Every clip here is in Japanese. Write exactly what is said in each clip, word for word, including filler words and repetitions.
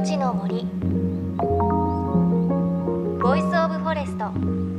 命の森ボイスオブフォレスト。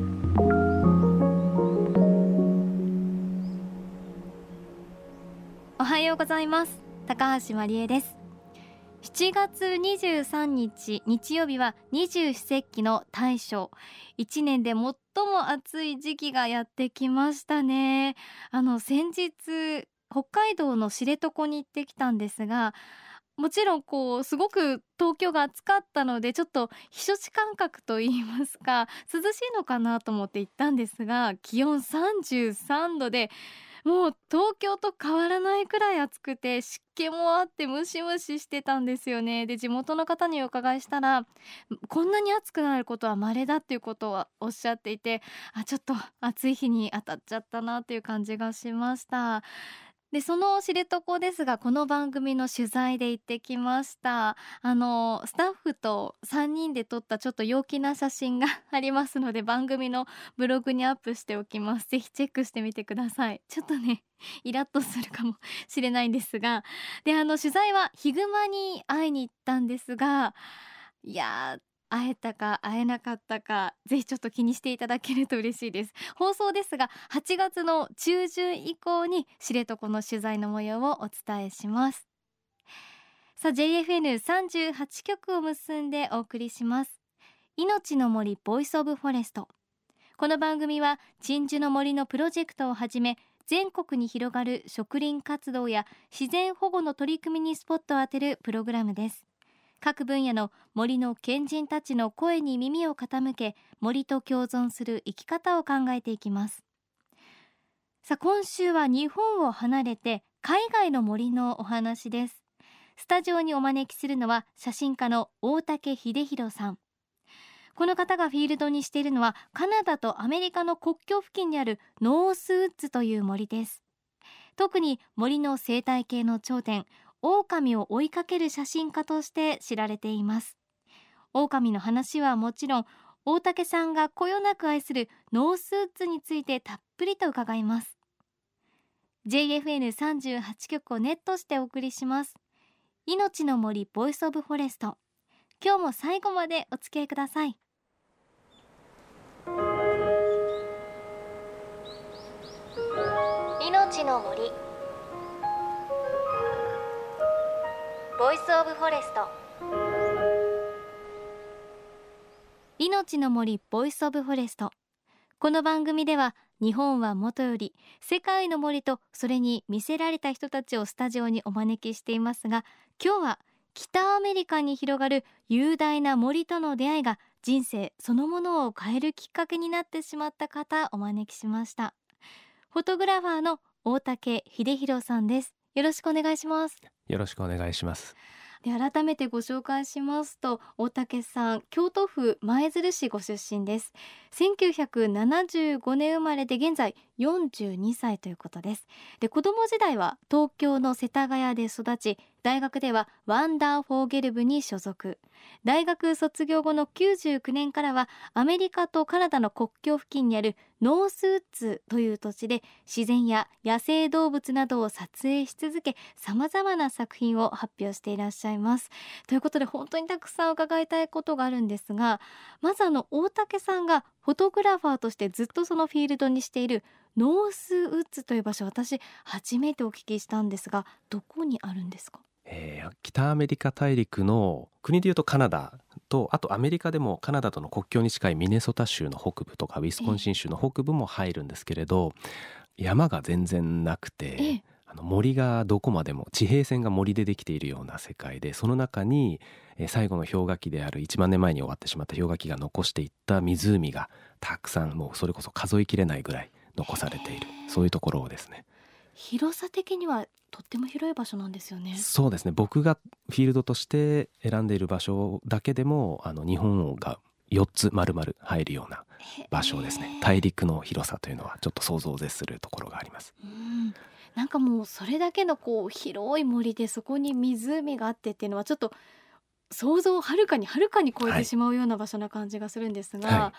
おはようございます。高橋真理恵です。しちがつにじゅうさんにち日曜日は二十四節気の大暑。一年で最も暑い時期がやってきましたね。あの先日北海道の知床に行ってきたんですが、もちろんこうすごく東京が暑かったので、ちょっと避暑地感覚といいますか、涼しいのかなと思って行ったんですが、気温さんじゅうさんどでもう東京と変わらないくらい暑くて、湿気もあってムシムシしてたんですよね。で地元の方にお伺いしたら、こんなに暑くなることは稀だっていうことはおっしゃっていて、あちょっと暑い日に当たっちゃったなっていう感じがしました。でその知床ですが、この番組の取材で行ってきました。あのスタッフとさんにんで撮ったちょっと陽気な写真がありますので、番組のブログにアップしておきます。ぜひチェックしてみてください。ちょっとねイラッとするかもしれないんですが、であの取材はヒグマに会いに行ったんですが、いやー会えたか会えなかったか、ぜひちょっと気にしていただけると嬉しいです。放送ですがはちがつの中旬以降に知床の取材の模様をお伝えします。さあ ジェイエフエヌさんじゅうはち 局を結んでお送りします。命の森ボイスオブフォレスト。この番組は鎮守の森のプロジェクトをはじめ、全国に広がる植林活動や自然保護の取り組みにスポットを当てるプログラムです。各分野の森の賢人たちの声に耳を傾け、森と共存する生き方を考えていきます。さあ今週は日本を離れて海外の森のお話です。スタジオにお招きするのは写真家の大竹秀弘さん。この方がフィールドにしているのはカナダとアメリカの国境付近にあるノースウッズという森です。特に森の生態系の頂点、狼を追いかける写真家として知られています。狼の話はもちろん、大竹さんがこよなく愛するノースウッズについてたっぷりと伺います。 ジェイエフエヌさんじゅうはち 局をネットしてお送りします。命の森ボイスオブフォレスト。今日も最後までお付き合いください。 命の森ボイスオブフォレスト。 命の森ボイスオブフォレスト。この番組では日本はもとより世界の森とそれに魅せられた人たちをスタジオにお招きしていますが、今日は北アメリカに広がる雄大な森との出会いが人生そのものを変えるきっかけになってしまった方お招きしました。フォトグラファーの大竹秀弘さんです。よろしくお願いします。 よろしくお願いします。 で改めてご紹介しますと、大竹さん京都府舞鶴市ご出身です。せんきゅうひゃくななじゅうごねん生まれで現在よんじゅうにさいということです。で子供時代は東京の世田谷で育ち、大学ではワンダーフォーゲル部に所属。大学卒業後のきゅうじゅうきゅうねんからはアメリカとカナダの国境付近にあるノースウッズという土地で自然や野生動物などを撮影し続け、さまざまな作品を発表していらっしゃいます。ということで本当にたくさん伺いたいことがあるんですが、まずあの大竹さんがフォトグラファーとしてずっとそのフィールドにしているノースウッズという場所、私初めてお聞きしたんですが、どこにあるんですか？ えー、北アメリカ大陸の国でいうとカナダと、あとアメリカでもカナダとの国境に近いミネソタ州の北部とかウィスコンシン州の北部も入るんですけれど、山が全然なくて、あの森がどこまでも地平線が森でできているような世界で、その中に最後の氷河期であるいちまんねんまえに終わってしまった氷河期が残していった湖がたくさん、もうそれこそ数えきれないぐらい残されている、そういうところですね。 広さ的にはとっても広い場所なんですよね。 そうですね、僕がフィールドとして選んでいる場所だけでもあの日本がよっつ丸々入るような場所ですね。大陸の広さというのはちょっと想像を絶するところがあります。 うん、なんかもうそれだけのこう広い森でそこに湖があってっていうのはちょっと想像をはるかにはるかに超えてしまうような場所な感じがするんですが、は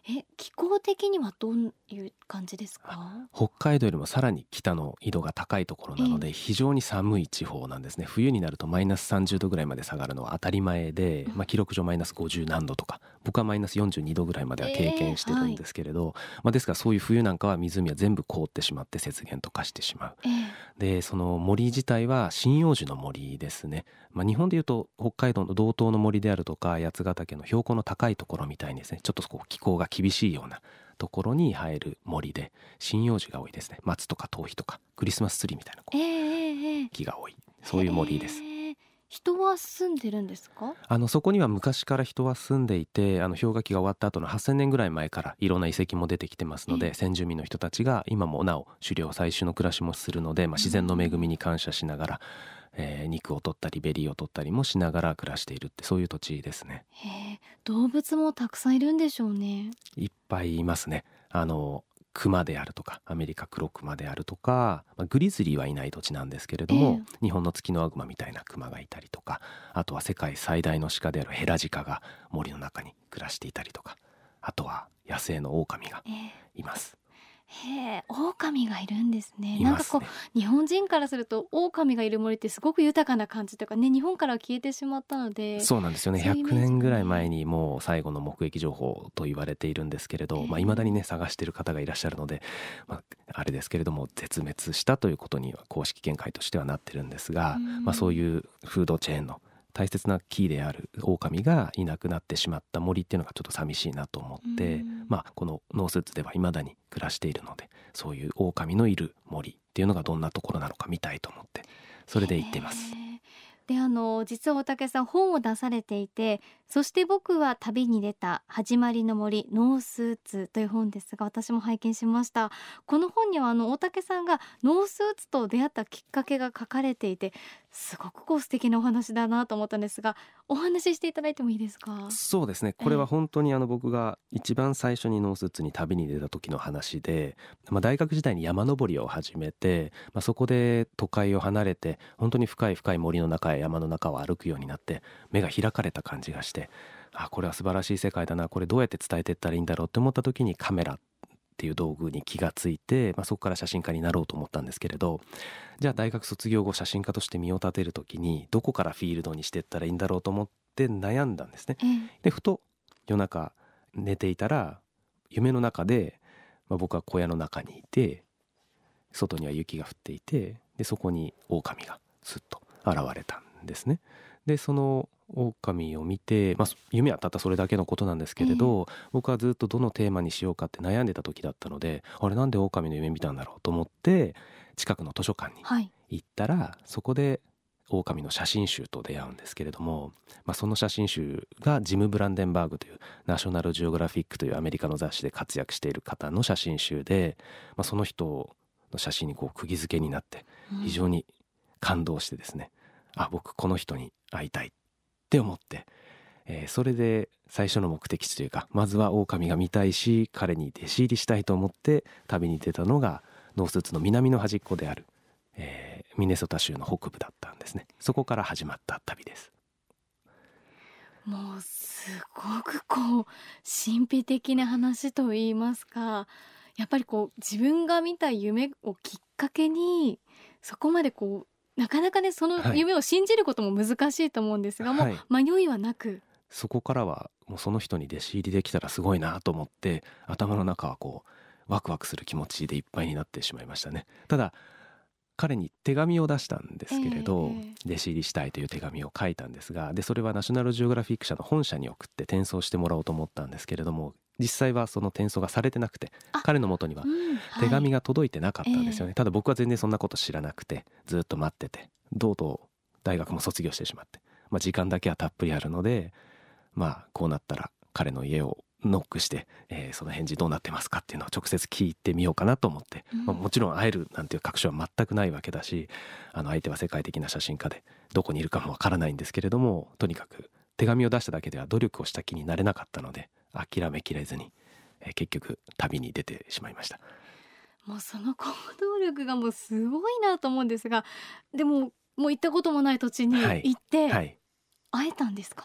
え気候的にはどういう感じですか？ 北海道よりもさらに北の緯度が高いところなので、 ええ非常に寒い地方なんですね。冬になるとマイナスさんじゅうどぐらいまで下がるのは当たり前で、まあ、記録上マイナスごじゅう何度とか、僕はマイナスよんじゅうにどぐらいまでは経験してるんですけれど、まあ、ですからそういう冬なんかは湖は全部凍ってしまって雪原と化してしまう。 ええでその森自体は針葉樹の森ですね。まあ、日本でいうと北海道の道東の森であるとか八ヶ岳の標高の高いところみたいにですね、ちょっとこう気候が厳しいようなところに生える森で、針葉樹が多いですね。松とか頭皮とかクリスマスツリーみたいなこうええええ木が多い、そういう森です。 へえ人は住んでるんですか？ あのそこには昔から人は住んでいて、あの氷河期が終わった後のはっせんねんぐらい前からいろんな遺跡も出てきてますので、 ええ先住民の人たちが今もなお狩猟採集の暮らしもするので、まあ、自然の恵みに感謝しながら、えー肉を取ったりベリーを取ったりもしながら暮らしているって、そういう土地ですね。 へえ動物もたくさんいるんでしょうね。 いっぱいいますね。あのクマであるとかアメリカクロクマであるとか、まあ、グリズリーはいない土地なんですけれども、 え日本のツキノワグマみたいなクマがいたりとか、あとは世界最大の鹿であるヘラジカが森の中に暮らしていたりとか、あとは野生のオオカミがええいます。 へえ狼がいるんですね。なんかこいますね。 う日本人からすると狼がいる森ってすごく豊かな感じというかね、日本からは消えてしまったので。 そうなんですよね。100 そういうイメージがね年ぐらい前にもう最後の目撃情報と言われているんですけれど、 ええまあ、未だにね探している方がいらっしゃるので、まあ、あれですけれども絶滅したということには公式見解としてはなってるんですが、 うんまあ、そういうフードチェーンの大切なキーである狼がいなくなってしまった森っていうのがちょっと寂しいなと思って、 うんまあ、このノースーツでは未だに暮らしているので、そういう狼のいる森っていうのがどんなところなのか見たいと思って、それで行っています。 へえであの実は大竹さん本を出されていて、そして僕は旅に出た始まりの森ノースーツという本ですが、私も拝見しました。この本にはあの大竹さんがノースーツと出会ったきっかけが書かれていて、すごくこう素敵なお話だなと思ったんですが、お話ししていただいてもいいですか？ そうですね、これは本当にあの僕が一番最初にノースーツに旅に出た時の話で、まあ、大学時代に山登りを始めて、まあ、そこで都会を離れて本当に深い深い森の中や山の中を歩くようになって目が開かれた感じがして、あこれは素晴らしい世界だな、これどうやって伝えていったらいいんだろうって思った時にカメラっていう道具に気がついて、まあ、そこから写真家になろうと思ったんですけれど、じゃあ大学卒業後写真家として身を立てる時にどこからフィールドにしていったらいいんだろうと思って悩んだんですね。 ええでふと夜中寝ていたら夢の中で、まあ、僕は小屋の中にいて、外には雪が降っていて、でそこに狼がスッと現れたんですね。でその狼を見て、まあ、夢はたったそれだけのことなんですけれど、僕はずっとどのテーマにしようかって悩んでた時だったので、あれなんで狼の夢見たんだろうと思って近くの図書館にはい行ったら、そこで狼の写真集と出会うんですけれども、まあ、その写真集がジム・ブランデンバーグというナショナルジオグラフィックというアメリカの雑誌で活躍している方の写真集で、まあ、その人の写真にこう釘付けになって非常に感動してですね、あ僕この人に会いたいって思って、えーそれで最初の目的地というか、まずは狼が見たいし彼に弟子入りしたいと思って旅に出たのがノースーツの南の端っこである、えーミネソタ州の北部だったんですね。そこから始まった旅です。 もうすごくこう神秘的な話と言いますか、やっぱりこう自分が見た夢をきっかけにそこまでこうなかなかねその夢を信じることも難しいと思うんですが、 はいもう迷いはなく、 そこからはもうその人に弟子入りできたらすごいなと思って、頭の中はこうワクワクする気持ちでいっぱいになってしまいましたね。ただ彼に手紙を出したんですけれど、 ええ弟子入りしたいという手紙を書いたんですが、でそれはナショナルジオグラフィック社の本社に送って転送してもらおうと思ったんですけれども、実際はその転送がされてなくて、 あ彼の元にはうん手紙が、 が届いてなかったんですよね。ただ僕は全然そんなこと知らなくてずっと待ってて、とうとう大学も卒業してしまって、まあ、時間だけはたっぷりあるので、まあこうなったら彼の家をノックして、えーその返事どうなってますかっていうのを直接聞いてみようかなと思って、 うんまあ、もちろん会えるなんていう確証は全くないわけだし、あの相手は世界的な写真家でどこにいるかもわからないんですけれども、とにかく手紙を出しただけでは努力をした気になれなかったので諦めきれずに、えー結局旅に出てしまいました。 もうその行動力がもうすごいなと思うんですが、でももう行ったこともない土地にはい行ってはい、 会えたんですか？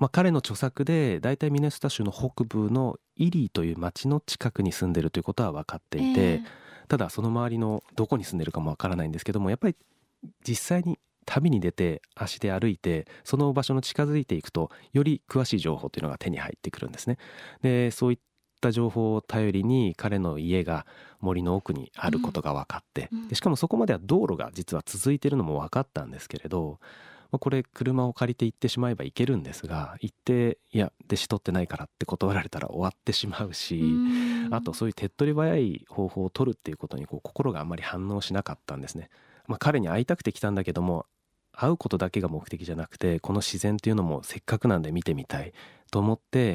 まあ、彼の著作でだいたいミネソタ州の北部のイリーという町の近くに住んでるということは分かっていて、 えーただその周りのどこに住んでるかも分からないんですけども、やっぱり実際に旅に出て足で歩いてその場所の近づいていくとより詳しい情報というのが手に入ってくるんですね。でそういった情報を頼りに彼の家が森の奥にあることが分かって、 うんうんでしかもそこまでは道路が実は続いているのも分かったんですけれど、まあこれ車を借りて行ってしまえば行けるんですが、行っていや弟子取ってないからって断られたら終わってしまうし、 うんあとそういう手っ取り早い方法を取るっていうことにこう心があんまり反応しなかったんですね。まあ、彼に会いたくて来たんだけども、会うことだけが目的じゃなくてこの自然っていうのもせっかくなんで見てみたいと思って、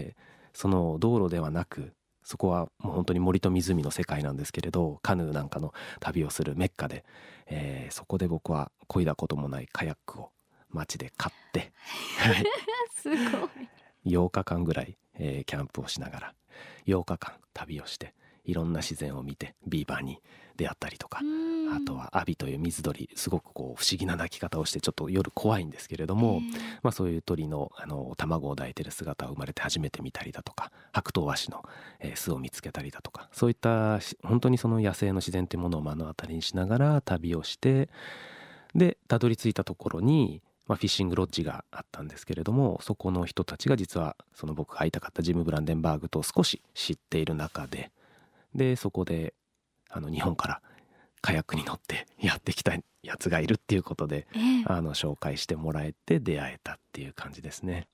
その道路ではなくそこはもう本当に森と湖の世界なんですけれど、カヌーなんかの旅をするメッカで、えーそこで僕は漕いだこともないカヤックを街で買ってはいすごい。 ようかかんぐらい、えーキャンプをしながらようかかん旅をしていろんな自然を見てビーバーに出会ったりとか、 うんあとはアビという水鳥、すごくこう不思議な鳴き方をしてちょっと夜怖いんですけれども、 えーまあ、そういう鳥の、あの卵を抱いてる姿を生まれて初めて見たりだとか、白頭鷲の、えー巣を見つけたりだとか、そういったし本当にその野生の自然というものを目の当たりにしながら旅をして、でたどり着いたところに、まあ、フィッシングロッジがあったんですけれども、そこの人たちが実はその僕が会いたかったジム・ブランデンバーグと少し知っている中で、でそこであの日本からカヤックに乗ってやってきたやつがいるっていうことで、 えーあの紹介してもらえて出会えたっていう感じですね。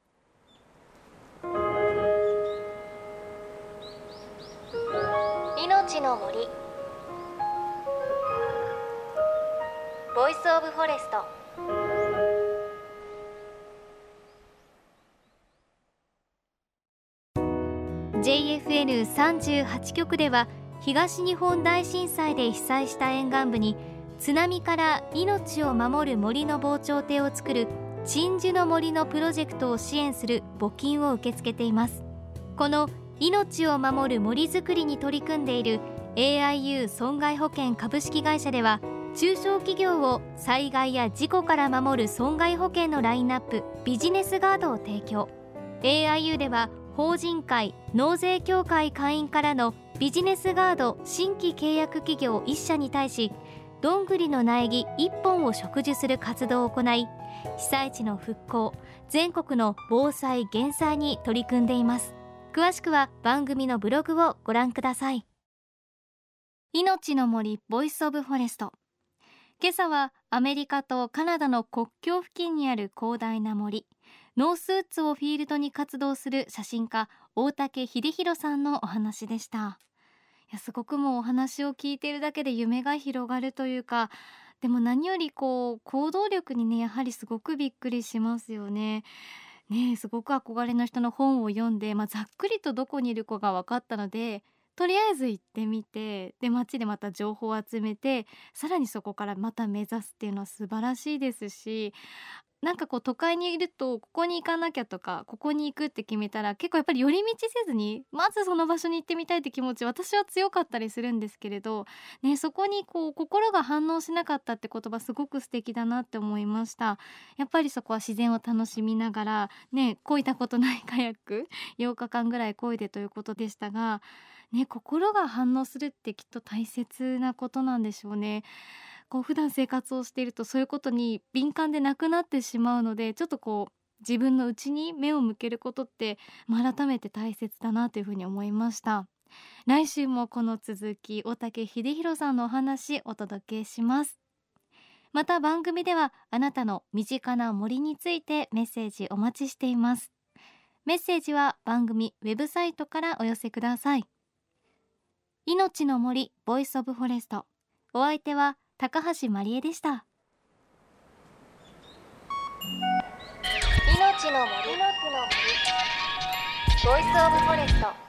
命の森ボイスオブフォレスト。 ジェイエフエヌさんじゅうはち 局では東日本大震災で被災した沿岸部に津波から命を守る森の防潮堤を作る鎮守の森のプロジェクトを支援する募金を受け付けています。この命を守る森づくりに取り組んでいる エーアイユー 損害保険株式会社では、中小企業を災害や事故から守る損害保険のラインナップビジネスガードを提供。 エーアイユー では法人会納税協会会員からのビジネスガード新規契約企業いっ社に対し、どんぐりの苗木いっぽんを植樹する活動を行い、被災地の復興、全国の防災減災に取り組んでいます。詳しくは番組のブログをご覧ください。命の森ボイスオブフォレスト。今朝はアメリカとカナダの国境付近にある広大な森、ノースウッズをフィールドに活動する写真家大竹秀弘さんのお話でした。いや、すごくもうお話を聞いているだけで夢が広がるというか、でも何よりこう行動力にね、やはりすごくびっくりしますよね。ねえ、すごく憧れの人の本を読んで、まあ、ざっくりとどこにいる子が分かったので、とりあえず行ってみて、で街でまた情報を集めて、さらにそこからまた目指すっていうのは素晴らしいですし、なんかこう都会にいるとここに行かなきゃとかここに行くって決めたら結構やっぱり寄り道せずにまずその場所に行ってみたいって気持ち、私は強かったりするんですけれど、ね、そこにこう心が反応しなかったって言葉すごく素敵だなって思いました。やっぱりそこは自然を楽しみながらね、漕いだことないカヤックようかかんぐらい漕いでということでしたが、ね、心が反応するってきっと大切なことなんでしょうね。こう普段生活をしているとそういうことに敏感でなくなってしまうので、ちょっとこう自分の内に目を向けることって、まあ改めて大切だなというふうに思いました。来週もこの続き、大竹秀弘さんのお話お届けします。また番組ではあなたの身近な森についてメッセージお待ちしています。メッセージは番組ウェブサイトからお寄せください。命の森ボイスオブフォレスト、お相手は高橋まりえでした。 命の森ボイスオブフォレスト。